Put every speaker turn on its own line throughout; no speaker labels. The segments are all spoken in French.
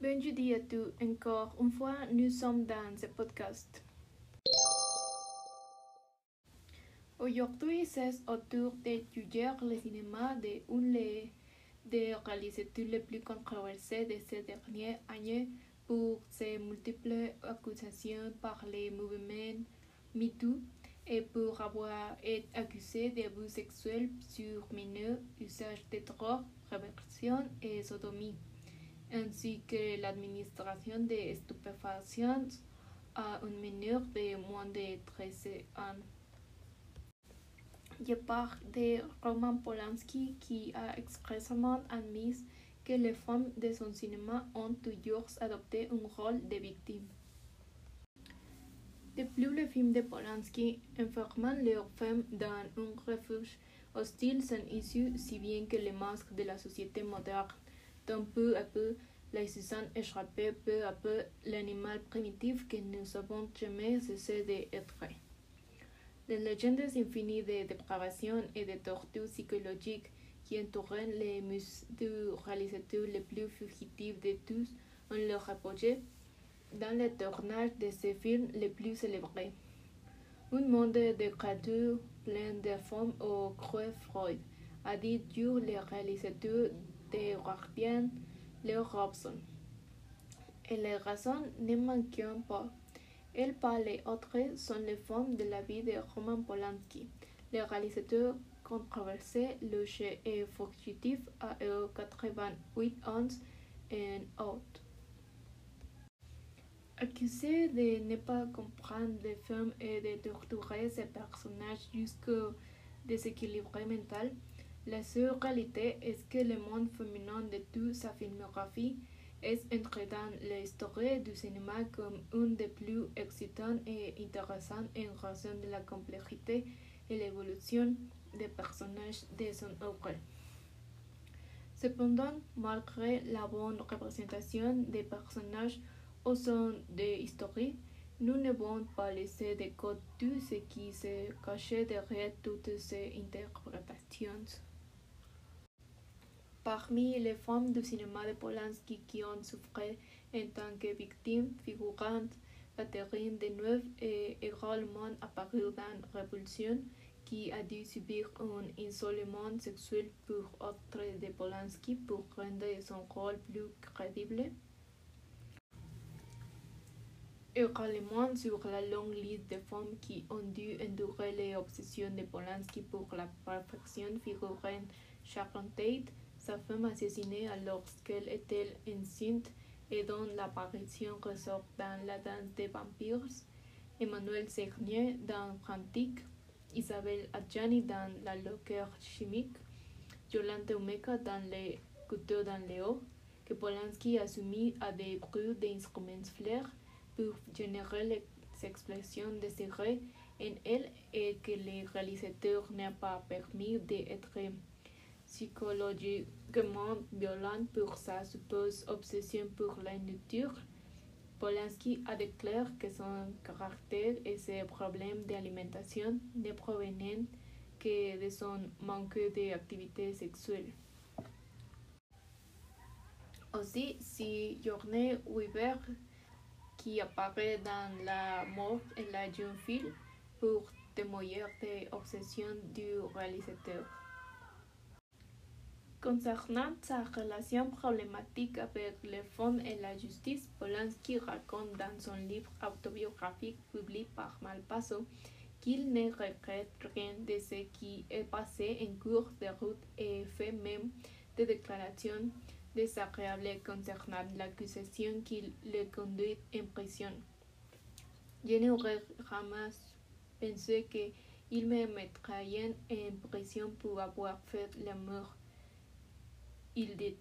Bonjour à tous, encore une fois, nous sommes dans ce podcast. Aujourd'hui, c'est autour d'étudier le cinéma de un des réalisateurs les plus controversés de ces dernières années pour ses multiples accusations par les mouvements MeToo et pour avoir été accusé d'abus sexuels sur mineurs, usage de drogue, réversion et sodomie, ainsi que l'administration de stupéfacients à un mineur de moins de 13 ans. Je parle de Roman Polanski qui a expressément admis que les femmes de son cinéma ont toujours adopté un rôle de victime. De plus, les films de Polanski enferment leurs femmes dans un refuge hostile sans issue, si bien que les masques de la société moderne, dont peu à peu les faisant échapper peu à peu l'animal primitif que nous avons jamais cessé d'être. Les légendes infinies de dépravation et de torture psychologique qui entourent les muses du réalisateur le plus fugitif de tous ont leur apogée dans le tournage de ses films les plus célébrés. Un monde de créatures plein de femmes au creux Freud, a dit sur le réalisateur de Guardian, Leo Robson. Et les raisons ne manquent pas. Elle parle et autres sont les femmes de la vie de Roman Polanski, le réalisateur controversé, lâché et fugitif à 88 ans et autres. Accusé de ne pas comprendre les femmes et de torturer ses personnages jusqu'au déséquilibre mental, la seule réalité est que le monde féminin de toute sa filmographie est entré dans l'histoire du cinéma comme un des plus excitants et intéressants en raison de la complexité et l'évolution des personnages de son œuvre. Cependant, malgré la bonne représentation des personnages au sein de l'histoire, nous ne pouvons pas laisser de côté tout ce qui se cachait derrière toutes ces interprétations. Parmi les femmes du cinéma de Polanski qui ont souffert en tant que victimes figurantes, Catherine Deneuve est également apparue dans Répulsion, qui a dû subir un isolement sexuel pour autre de Polanski pour rendre son rôle plus crédible. Également sur la longue liste de femmes qui ont dû endurer les obsessions de Polanski pour la perfection figurent Sharon Tate, sa femme assassinée alors qu'elle était enceinte et dont l'apparition ressort dans La danse des vampires, Emmanuel Seigner dans Frantic, Isabelle Adjani dans La loqueur chimique, Yolanda Umeka dans Les couteaux dans les eaux, que Polanski a soumis à des bruits d'instruments flair pour générer les expressions désirées en elle et que le réalisateur n'a pas permis d'être psychologiquement violent pour sa supposée obsession pour la nourriture. Polanski a déclaré que son caractère et ses problèmes d'alimentation ne provenaient que de son manque d'activité sexuelle. Aussi, Sigourney Weaver, qui apparaît dans La mort et la jeune fille, pour témoigner des obsessions du réalisateur. Concernant sa relation problématique avec les femmes et la justice, Polanski raconte dans son livre autobiographique publié par Malpaso qu'il ne regrette rien de ce qui est passé en cours de route et fait même des déclarations désagréables concernant l'accusation qui le conduit en prison. Je n'aurais jamais pensé qu'il me mettrait en prison pour avoir fait l'amour, il dit.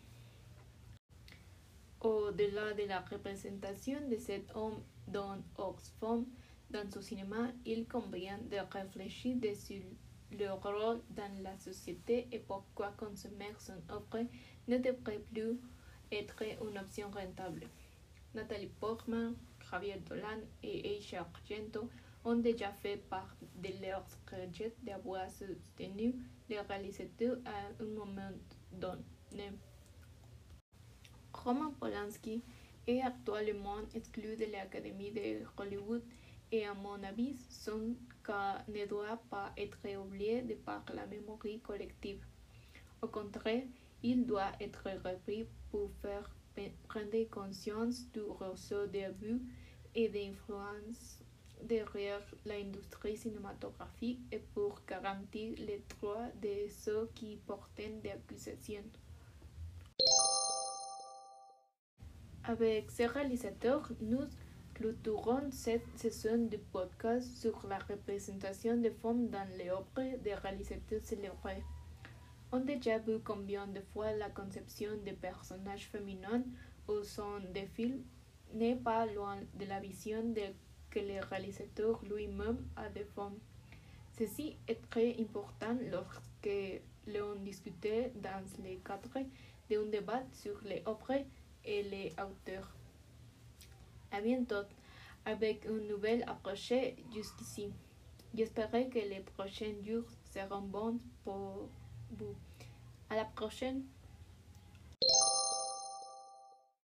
Au-delà de la représentation de cet homme dans Oxfam dans son cinéma, il convient de réfléchir sur leur rôle dans la société et pourquoi consommer son œuvre ne devrait plus être une option rentable. Nathalie Portman, Javier Dolan et Aisha Argento ont déjà fait part de leurs regrets d'avoir soutenu le réalisateur à un moment donné. Roman Polanski est actuellement exclu de l'Académie de Hollywood et à mon avis, son cas ne doit pas être oublié de par la mémoire collective. Au contraire, il doit être repris pour faire prendre conscience du réseau d'abus et d'influence derrière l'industrie cinématographique et pour garantir les droits de ceux qui portent des accusations. Avec ces réalisateurs, nous clôturons cette saison de podcast sur la représentation des femmes dans les œuvres des réalisateurs célébrés. On a déjà vu combien de fois la conception des personnages féminins au sein des films n'est pas loin de la vision que le réalisateur lui-même a des femmes. Ceci est très important lorsque l'on discute dans le cadre d'un débat sur les œuvres et les auteurs. À bientôt avec une nouvelle approche jusqu'ici. J'espère que les prochains jours seront bons pour vous. À la prochaine!